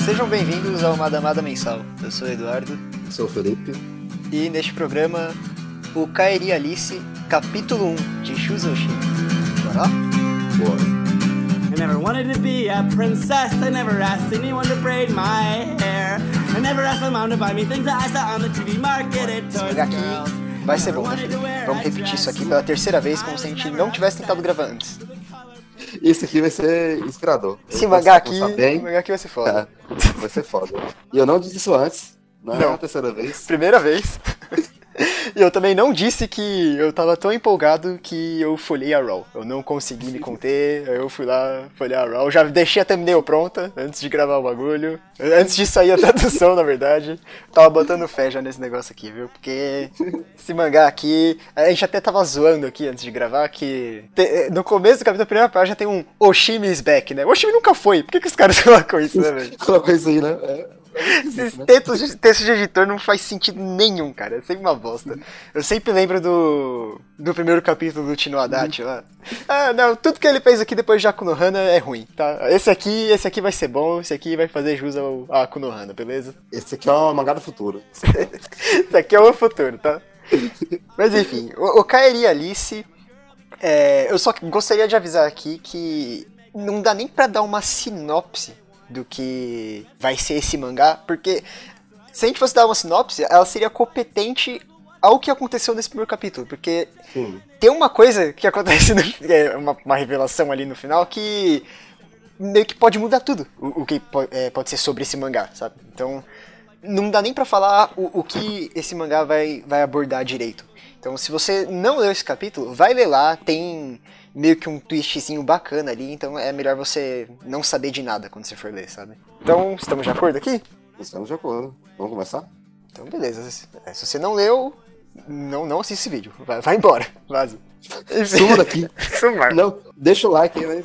Sejam bem-vindos ao Madamada Mensal. Eu sou o Eduardo. Eu sou o Felipe. E neste programa, o Kairi Alice, capítulo 1 de Shuzo Oshimi. Bora lá? Bora. I never wanted to be a princess. I never asked anyone to braid my hair. I never asked my mom to buy me things that I saw on the TV marketed toys Esse and aqui girls. vai ser bom, né, Felipe? Vamos repetir isso aqui pela terceira vez, como se a gente não tivesse tentado gravar antes. Esse aqui vai ser inspirador. Esse mangá aqui vai ser foda. Vai ser foda. E eu não disse isso antes. Não é a terceira vez. Primeira vez. E eu também não disse que eu tava tão empolgado que eu folhei a Raw. Eu não consegui me conter, aí eu fui lá folhear a Raw. Já deixei a thumbnail pronta antes de gravar o bagulho. Antes de sair a tradução, na verdade. Tava botando fé já nesse negócio aqui, viu? Porque esse mangá aqui... A gente até tava zoando aqui antes de gravar que... No começo do capítulo da primeira página tem um Oshimi is back, né? O Oshimi nunca foi. Por que os caras colocam isso, né, velho? Colocou isso aí, né? Esses textos de editor não faz sentido nenhum, cara. É sempre uma bosta. Eu sempre lembro do primeiro capítulo do Tino Adachi lá. Ah, não, tudo que ele fez aqui depois de Akunohana é ruim, tá? Esse aqui vai ser bom, esse aqui vai fazer jus ao Akunohana, beleza? Esse aqui é o mangá do futuro. Esse aqui é o futuro, tá? Mas enfim, o Kairi Alice, eu só gostaria de avisar aqui que não dá nem pra dar uma sinopse do que vai ser esse mangá, porque se a gente fosse dar uma sinopse, ela seria competente ao que aconteceu nesse primeiro capítulo, porque tem uma coisa que acontece, uma revelação ali no final, que meio que pode mudar tudo, o que pode ser sobre esse mangá, sabe? Então, não dá nem pra falar o que esse mangá vai abordar direito. Então, se você não leu esse capítulo, vai ler lá, tem meio que um twistzinho bacana ali, então é melhor você não saber de nada quando você for ler, sabe? Então, estamos de acordo aqui? Estamos de acordo. Vamos começar? Então, beleza. Se você não leu, não assiste esse vídeo. Vai embora, vaza. Suma daqui. Sumar. Não, deixa o like aí, né?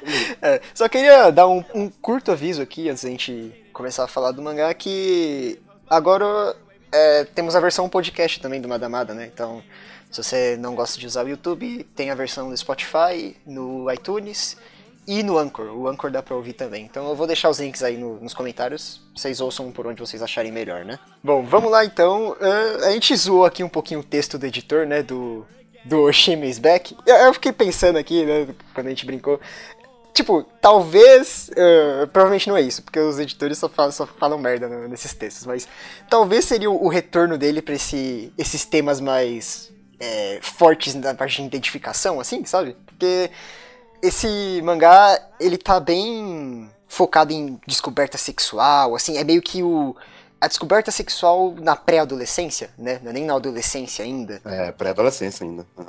Só queria dar um curto aviso aqui, antes da gente começar a falar do mangá, que agora temos a versão podcast também do Madamada, né? Então, se você não gosta de usar o YouTube, tem a versão no Spotify, no iTunes e no Anchor. O Anchor dá pra ouvir também. Então eu vou deixar os links aí nos comentários. Vocês ouçam por onde vocês acharem melhor, né? Bom, vamos lá então. A gente zoou aqui um pouquinho o texto do editor, né? Do Oshimi is back. Eu fiquei pensando aqui, né? Quando a gente brincou. Tipo, talvez... provavelmente não é isso, porque os editores só falam merda nesses textos. Mas talvez seria o retorno dele pra esses temas mais... fortes na parte de identificação, assim, sabe? Porque esse mangá, ele tá bem focado em descoberta sexual, assim, é meio que a descoberta sexual na pré-adolescência, né? Não é nem na adolescência ainda. Pré-adolescência ainda. Uhum.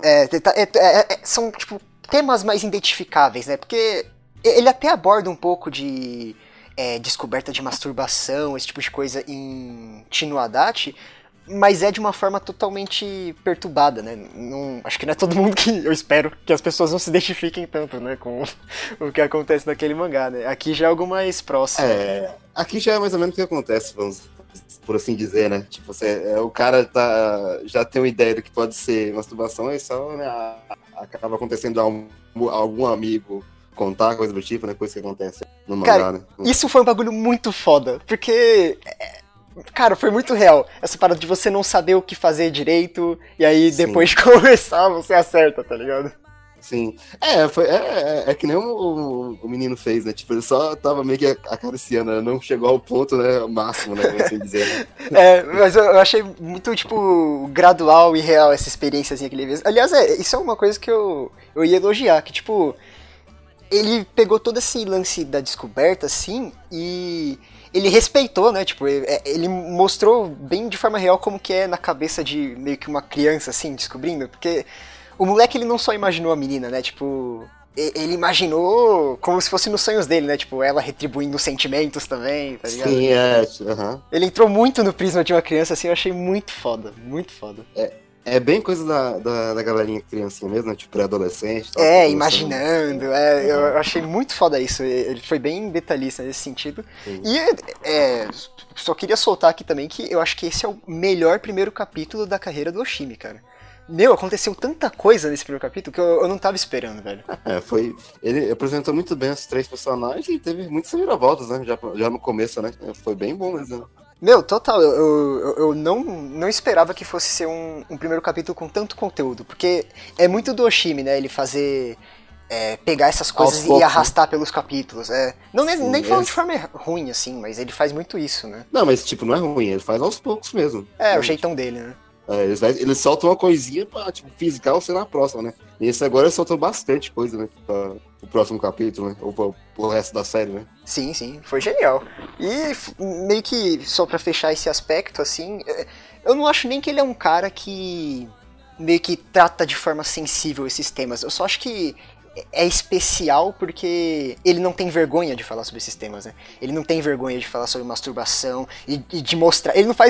São, tipo, temas mais identificáveis, né? Porque ele até aborda um pouco de descoberta de masturbação, esse tipo de coisa em Tino Adachi, mas é de uma forma totalmente perturbada, né? Acho que não é todo mundo que... Eu espero que as pessoas não se identifiquem tanto, né? Com o que acontece naquele mangá, né? Aqui já é algo mais próximo. Aqui já é mais ou menos o que acontece, vamos por assim dizer, né? Tipo, o cara já tem uma ideia do que pode ser masturbação e só, né, acaba acontecendo algum amigo contar, coisa do tipo, né? Coisa que acontece no mangá, cara, né? Isso foi um bagulho muito foda, porque... Cara, foi muito real. Essa parada de você não saber o que fazer direito, e aí depois de conversar, você acerta, tá ligado? Sim. É que nem o menino fez, né? Tipo, ele só tava meio que acariciando, né? Não chegou ao ponto, né? Máximo, né? Por assim dizer, né? Mas eu achei muito, tipo, gradual e real essa experiência que ele fez. Aliás, isso é uma coisa que eu ia elogiar, que, tipo, ele pegou todo esse lance da descoberta, assim, e... ele respeitou, né, tipo, ele mostrou bem de forma real como que é na cabeça de meio que uma criança, assim, descobrindo, porque o moleque, ele não só imaginou a menina, né, tipo, ele imaginou como se fosse nos sonhos dele, né, tipo, ela retribuindo sentimentos também, tá ligado? Sim, uhum. Ele entrou muito no prisma de uma criança, assim, eu achei muito foda, muito foda. É bem coisa da galerinha criancinha mesmo, né? Tipo, pré-adolescente. Imaginando. Eu achei muito foda isso. Ele foi bem detalhista nesse sentido. Sim. E só queria soltar aqui também que eu acho que esse é o melhor primeiro capítulo da carreira do Oshimi, cara. Meu, aconteceu tanta coisa nesse primeiro capítulo que eu não tava esperando, velho. Ele apresentou muito bem os 3 personagens e teve muitas reviravoltas, né? Já no começo, né? Foi bem bom mesmo. Meu, total, eu não esperava que fosse ser um primeiro capítulo com tanto conteúdo, porque é muito do Oshimi, né, ele fazer, pegar essas coisas e arrastar pelos capítulos, nem falando de forma ruim, assim, mas ele faz muito isso, né. Não, mas tipo, não é ruim, ele faz aos poucos mesmo. O jeitão dele, né. Eles soltam uma coisinha pra, tipo, fisgar você na próxima, né? E esse agora eles soltam bastante coisa, né? Pra o próximo capítulo, né? Ou pro resto da série, né? Sim, foi genial. E meio que, só pra fechar esse aspecto, assim, eu não acho nem que ele é um cara que meio que trata de forma sensível esses temas. Eu só acho que é especial porque ele não tem vergonha de falar sobre esses temas, né? Ele não tem vergonha de falar sobre masturbação e de mostrar... Ele não faz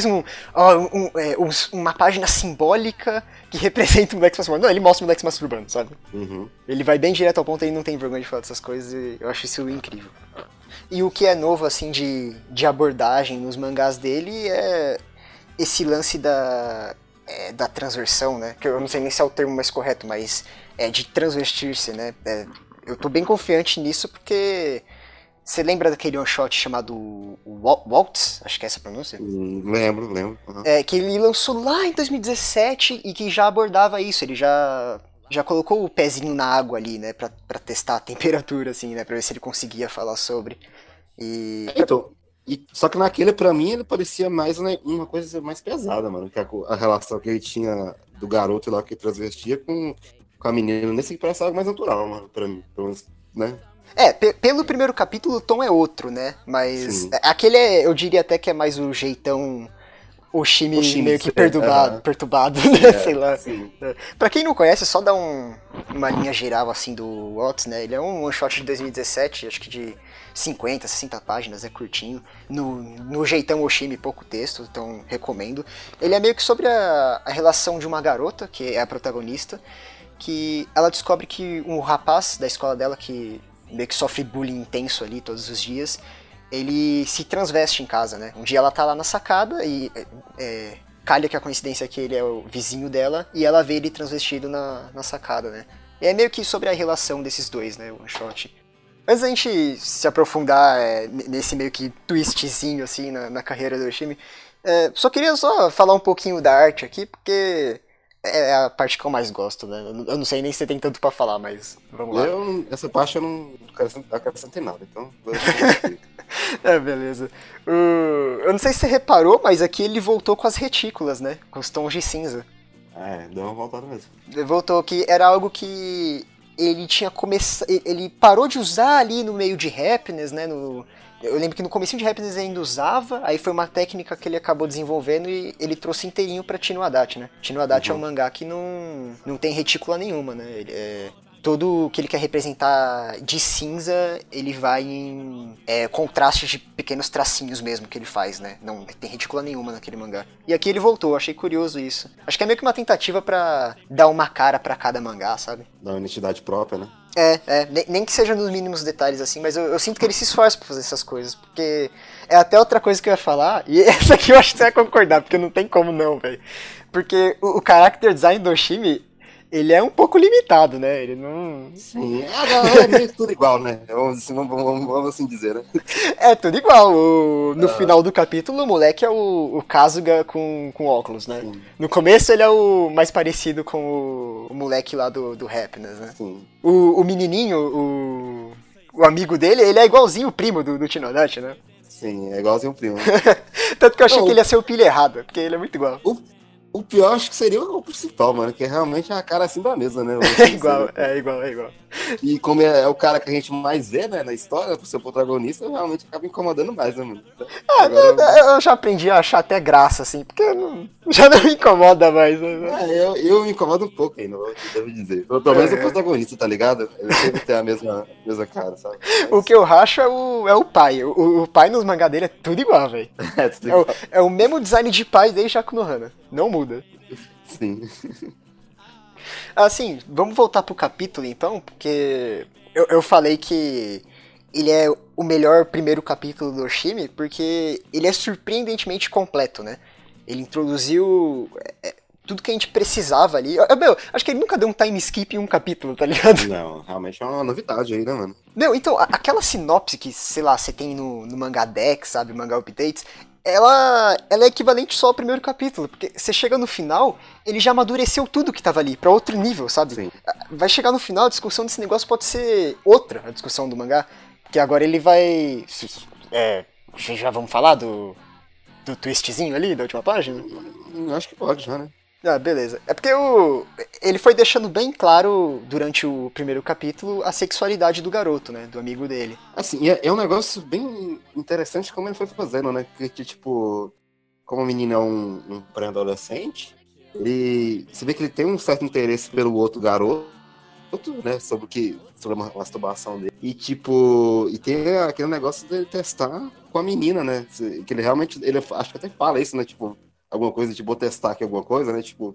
uma página simbólica que representa o moleque se masturbando. Não, ele mostra o moleque se masturbando, sabe? Uhum. Ele vai bem direto ao ponto, ele não tem vergonha de falar dessas coisas e eu acho isso incrível. E o que é novo, assim, de abordagem nos mangás dele é esse lance da transversão, né? Que eu não sei nem se é o termo mais correto, mas de transvestir-se, né? Eu tô bem confiante nisso porque você lembra daquele one-shot chamado Waltz? Acho que é essa a pronúncia? Lembro. Uhum. Que ele lançou lá em 2017 e que já abordava isso, ele já colocou o pezinho na água ali, né? Pra testar a temperatura, assim, né? Pra ver se ele conseguia falar sobre. Então... Só que naquele, pra mim, ele parecia mais uma coisa mais pesada, mano. Que a relação que ele tinha do garoto lá que transvestia com a menina. Nesse que parece algo mais natural, mano, pra mim. Né? Pelo primeiro capítulo o tom é outro, né? Mas Sim. Aquele eu diria até que é mais o jeitão Oshimi meio que perturbado, né? Sei lá. Sim. Pra quem não conhece, só dá uma linha geral assim do Waltz, né? Ele é um one shot de 2017, acho que de 50, 60 páginas, é curtinho. No jeitão Oshimi, pouco texto, então recomendo. Ele é meio que sobre a relação de uma garota, que é a protagonista, que ela descobre que um rapaz da escola dela, que meio que sofre bullying intenso ali todos os dias, ele se transveste em casa, né? Um dia ela tá lá na sacada e calha que a coincidência é que ele é o vizinho dela e ela vê ele transvestido na sacada, né? E é meio que sobre a relação desses dois, né? O one shot. Antes da gente se aprofundar nesse meio que twistzinho assim na carreira do Oshimi, só queria falar um pouquinho da arte aqui, porque é a parte que eu mais gosto, né? Eu não sei nem se você tem tanto pra falar, mas vamos lá. Essa parte eu não acrescentei nada, então... Beleza. Eu não sei se você reparou, mas aqui ele voltou com as retículas, né? Com os tons de cinza. Deu uma voltada mesmo. Ele voltou, que era algo que ele tinha começado... Ele parou de usar ali no meio de Happiness, né? Eu lembro que no comecinho de Happiness ele ainda usava, aí foi uma técnica que ele acabou desenvolvendo e ele trouxe inteirinho pra Tino Adachi, né? Tino Adachi é um mangá que não tem retícula nenhuma, né? Tudo o que ele quer representar de cinza, ele vai em contrastes de pequenos tracinhos mesmo que ele faz, né? Não tem retícula nenhuma naquele mangá. E aqui ele voltou, achei curioso isso. Acho que é meio que uma tentativa pra dar uma cara pra cada mangá, sabe? Dar uma identidade própria, né? Nem que seja nos mínimos detalhes assim, mas eu sinto que ele se esforça pra fazer essas coisas, porque é até outra coisa que eu ia falar, e essa aqui eu acho que você vai concordar, porque não tem como não, velho. Porque o character design do Oshimi, ele é um pouco limitado, né? Ele não... Sim, é meio tudo igual, né? Vamos assim dizer, né? É tudo igual. No final do capítulo, o moleque é o Kasuga com óculos, né? Sim. No começo ele é o mais parecido com o moleque lá do Happiness, né? Sim. O menininho, o amigo dele, ele é igualzinho o primo do Tino Adachi, né? Sim, é igualzinho o primo. Tanto que eu achei que ele ia ser o pilha errada, porque ele é muito igual. O pior acho que seria o principal, mano, que é realmente a cara assim da mesa, né? É igual. E como é o cara que a gente mais vê, né, na história, por ser o protagonista, realmente acaba incomodando mais, né, mano? Eu já aprendi a achar até graça, assim, porque já não me incomoda mais. Né? Eu me incomodo um pouco ainda, devo dizer. Pelo menos o protagonista, tá ligado? Ele sempre tem a mesma cara, sabe? O que eu racho é o pai. O pai nos mangá dele é tudo igual, velho. Tudo igual. É o mesmo design de pai desde Shaku no Hana. Não muda. Sim. Assim, vamos voltar pro capítulo então, porque eu falei que ele é o melhor primeiro capítulo do Oshimi, porque ele é surpreendentemente completo, né? Ele introduziu tudo que a gente precisava ali. Meu, acho que ele nunca deu um time skip em um capítulo, tá ligado? Não, realmente é uma novidade aí, né, mano? Não, então, aquela sinopse que, sei lá, você tem no Mangá Dex, sabe, Mangá Updates, ela é equivalente só ao primeiro capítulo, porque você chega no final, ele já amadureceu tudo que tava ali, pra outro nível, sabe? Sim. Vai chegar no final, a discussão desse negócio pode ser outra, a discussão do mangá, que agora ele vai... já vamos falar do twistzinho ali, da última página? Acho que pode já, né? Ah, beleza. É porque ele foi deixando bem claro, durante o primeiro capítulo, a sexualidade do garoto, né? Do amigo dele. Assim, é um negócio bem interessante como ele foi fazendo, né? Porque, tipo, como o menino é um pré-adolescente, você vê que ele tem um certo interesse pelo outro garoto, né? Sobre a masturbação dele. E, tipo, e tem aquele negócio dele testar com a menina, né? Que ele realmente, acho que até fala isso, né? Tipo, alguma coisa, tipo, vou testar aqui alguma coisa, né? Tipo,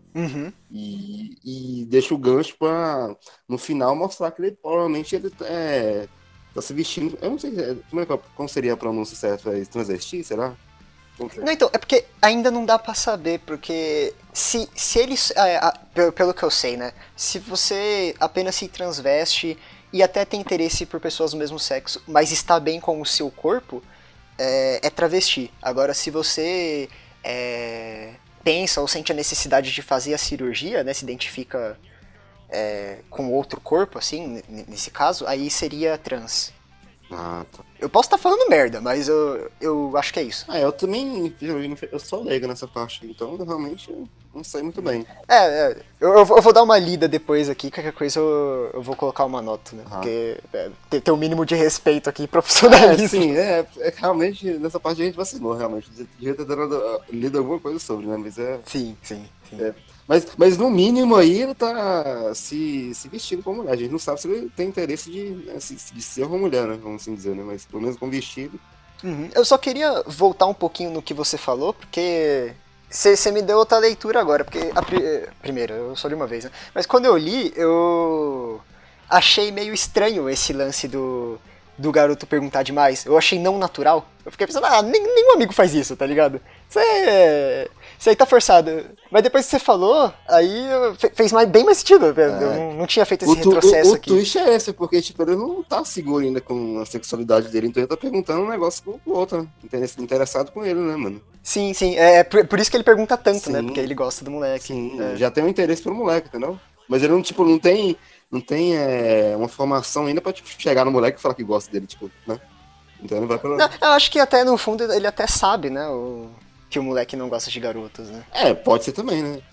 e deixa o gancho pra, no final, mostrar que ele provavelmente tá se vestindo. Eu não sei como seria a pronúncia certa, transvesti, será? Não, então, é porque ainda não dá pra saber, porque se eles, pelo que eu sei, né, se você apenas se transveste e até tem interesse por pessoas do mesmo sexo, mas está bem com o seu corpo, é travesti. Agora, se você pensa ou sente a necessidade de fazer a cirurgia, né, se identifica com outro corpo, assim, nesse caso, aí seria trans. Ah, tá. Eu posso estar falando merda, mas eu acho que é isso. Eu também, eu sou leigo nessa parte, então eu realmente não sei muito bem. Eu vou dar uma lida depois aqui, qualquer coisa eu vou colocar uma nota, né? Porque tem um mínimo de respeito aqui, profissionalismo. Sim, realmente, nessa parte a gente vacilou, realmente. Devia ter lido alguma coisa sobre, né? Mas Sim. Mas no mínimo aí ele tá se vestindo como mulher. A gente não sabe se ele tem interesse de ser uma mulher, né? Vamos assim dizer, né? Mas pelo menos com vestido. Eu só queria voltar um pouquinho no que você falou, porque você me deu outra leitura agora, porque primeiro, eu só li uma vez, né? Mas quando eu li, eu achei meio estranho esse lance do garoto perguntar demais. Eu achei não natural. Eu fiquei pensando, nenhum amigo faz isso, tá ligado? Isso aí tá forçado. Mas depois que você falou, aí fez bem mais sentido. Eu não tinha feito esse retrocesso aqui. O twist é esse, porque tipo, ele não tá seguro ainda com a sexualidade dele, então ele tá perguntando um negócio pro outro, né? Interessado com ele, né, mano? Sim. É por isso que ele pergunta tanto, Sim. né? Porque ele gosta do moleque. Sim, já tem um interesse pelo moleque, entendeu? Mas ele não tem uma formação ainda pra tipo, chegar no moleque e falar que gosta dele, tipo, né? Então ele vai pela... Não, eu acho que até no fundo ele até sabe, né? Que o moleque não gosta de garotos, né? Pode ser também, né?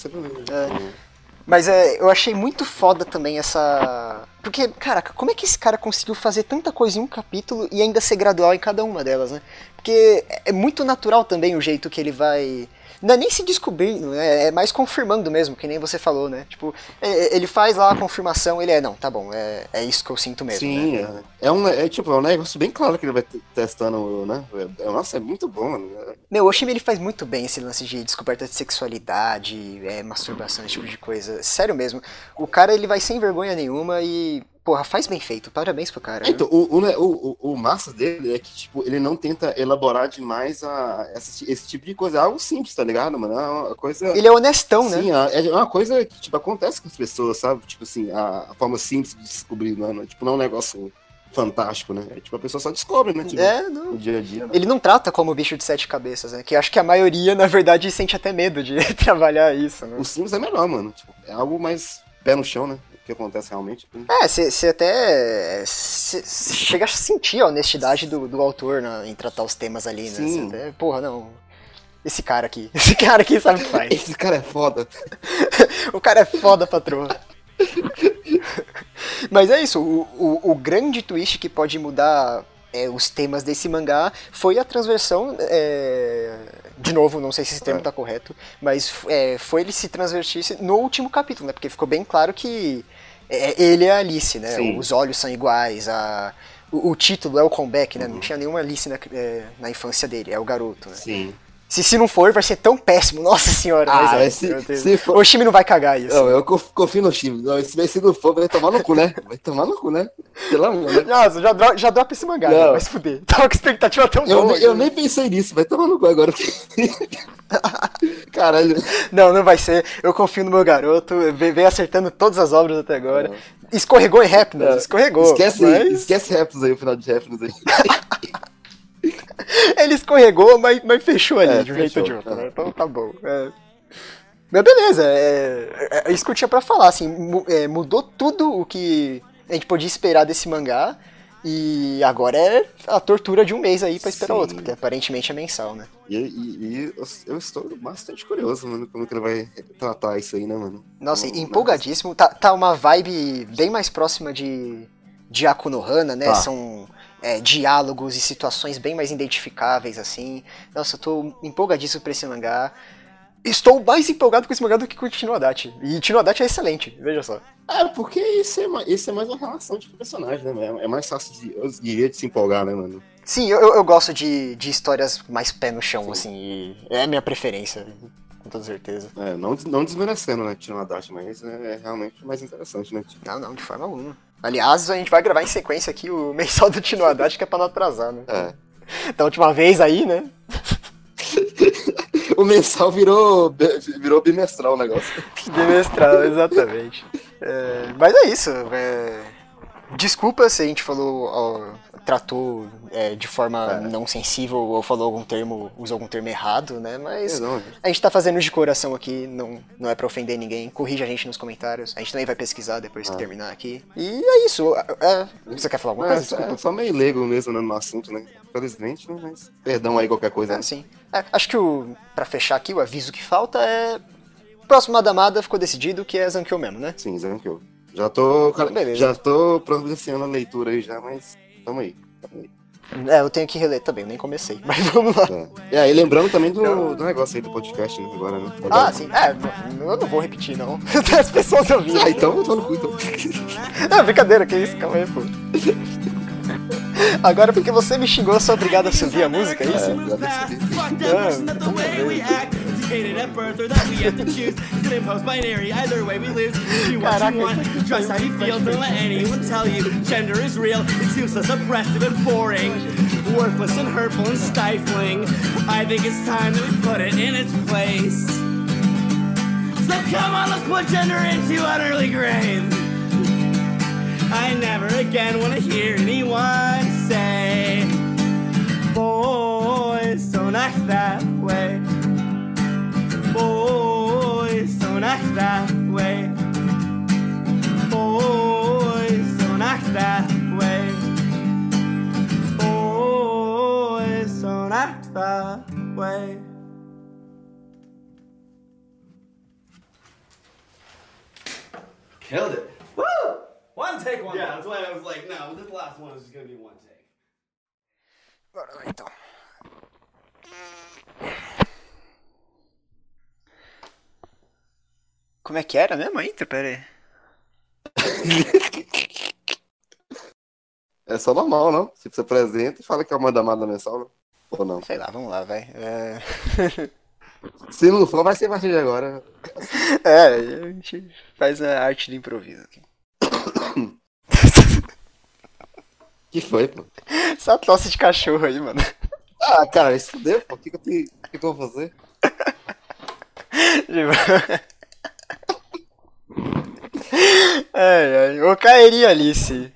Mas eu achei muito foda também essa... Porque, caraca, como é que esse cara conseguiu fazer tanta coisa em um capítulo e ainda ser gradual em cada uma delas, né? Porque é muito natural também o jeito que ele vai... Não é nem se descobrindo, né? É mais confirmando mesmo, que nem você falou, né? Tipo, ele faz lá a confirmação, ele não, tá bom, é isso que eu sinto mesmo. Sim, né? é um negócio bem claro que ele vai testando, né? Nossa, é muito bom, mano. Meu, o Oshimi ele faz muito bem esse lance de descoberta de sexualidade, masturbação, esse tipo de coisa. Sério mesmo. O cara, ele vai sem vergonha nenhuma e... Porra, faz bem feito. Parabéns pro cara. Então, o massa dele é que, tipo, ele não tenta elaborar demais esse tipo de coisa. É algo simples, tá ligado, mano? É uma coisa... Ele é honestão, sim, né? É uma coisa que, tipo, acontece com as pessoas, sabe? Tipo assim, a forma simples de descobrir, não é, tipo, não é um negócio fantástico, né? Tipo, a pessoa só descobre, né? Tipo, no dia a dia. Né? Ele não trata como bicho de 7 cabeças, né? Que eu acho que a maioria, na verdade, sente até medo de trabalhar isso, né? O simples é melhor, mano. Tipo, é algo mais pé no chão, né? Que acontece realmente. Você até chega a sentir a honestidade do autor, né, em tratar os temas ali, né? Sim. Até, porra, não. Esse cara aqui sabe o que faz. Esse cara é foda. O cara é foda, patroa. Mas é isso, o grande twist que pode mudar os temas desse mangá foi a transversão. De novo, não sei se esse termo tá correto, mas foi ele se transvertir no último capítulo, né? Porque ficou bem claro que ele é a Alice, né? Sim. Os olhos são iguais, o título é o comeback, né? Não tinha nenhuma Alice na infância dele, é o garoto, né? Sim. Se não for, vai ser tão péssimo, nossa senhora. Se for... O time não vai cagar isso. Não, eu confio no time. Se não for, vai tomar no cu, né? Pelo amor, né? Nossa, já dropa esse mangá, Não. né? Vai se fuder. Tava com expectativa tão boa. Eu nem pensei nisso, vai tomar no cu agora. Caralho. Não vai ser. Eu confio no meu garoto. Vem acertando todas as obras até agora. Escorregou em Happiness, escorregou. Esquece Happiness aí, o final de Happiness aí. Ele escorregou, mas fechou ali, de um jeito fechou, ou de outro, né? Então tá bom. Mas beleza, é isso que eu tinha pra falar, assim, mudou tudo o que a gente podia esperar desse mangá, e agora é a tortura de um mês aí pra esperar outro, porque aparentemente é mensal, né? E eu estou bastante curioso, mano, como que ele vai tratar isso aí, né, mano? Nossa, empolgadíssimo, tá uma vibe bem mais próxima de Aku no Hana, né? Tá. São diálogos e situações bem mais identificáveis, assim. Nossa, eu tô empolgadíssimo pra esse mangá. Estou mais empolgado com esse mangá do que com o Tinoadachi. E Tinoadachi é excelente, veja só. Porque isso é mais uma relação de personagem, né? É mais fácil de se empolgar, né, mano? Sim, eu gosto de histórias mais pé no chão, assim, e é a minha preferência, com toda certeza. Não desmerecendo, né, Tinoadachi, mas é realmente mais interessante, né? Não, de forma alguma. Aliás, a gente vai gravar em sequência aqui o mensal do Tinoadachi, que é pra não atrasar, né? Da última vez aí, né? O mensal virou bimestral o negócio. Bimestral, exatamente. Mas é isso. Desculpa se a gente tratou de forma não sensível ou usou algum termo errado, né? Mas a gente tá fazendo de coração aqui, não é pra ofender ninguém. Corrija a gente nos comentários. A gente também vai pesquisar depois que terminar aqui. E é isso. Você quer falar alguma coisa? Desculpa. É só meio leigo mesmo, né, no assunto, né? Infelizmente, mas perdão aí qualquer coisa. Sim. Acho que pra fechar aqui, o aviso que falta é... Próximo Madamada ficou decidido que é Zankyo mesmo, né? Sim, Zankyo. Já tô providenciando a leitura aí já, mas tamo aí. Eu tenho que reler também, eu nem comecei, mas vamos lá. E lembrando também do negócio aí do podcast, né, agora, né? Sim, eu não vou repetir, não. As pessoas ouviram. Então eu tô no cu, então. Não, brincadeira, que isso, calma aí, pô. Agora, porque você me xingou, eu sou obrigado a subir a música, é isso? Educated at birth or that we have to choose. It's an imposed binary, either way we lose. Do what you want, trust how you feel, don't let anyone tell you gender is real. It's useless, oppressive, and boring, worthless and hurtful and stifling. I think it's time that we put it in its place. So come on, let's put gender into an early grave. I never again want to hear anyone say, boys, don't act that way. Boys, don't act that way. Boys, don't act that way. Boys, don't act that way. Killed it. Woo! One take, one. Yeah, that's why I was like, no, this last one is just gonna be one take. Bora lá, então. Como é que era mesmo a intro? Pera aí. É só normal, não? Tipo, você apresenta e fala que é uma damada mensal, não? Ou não? Sei lá, vamos lá, vai. Se não for, vai ser a partir de agora. A gente faz a arte do improviso aqui. Que foi, pô? Essa tosse de cachorro aí, mano. Cara, isso fudeu, pô. O que eu vou fazer? Ô, Kaeri Alice.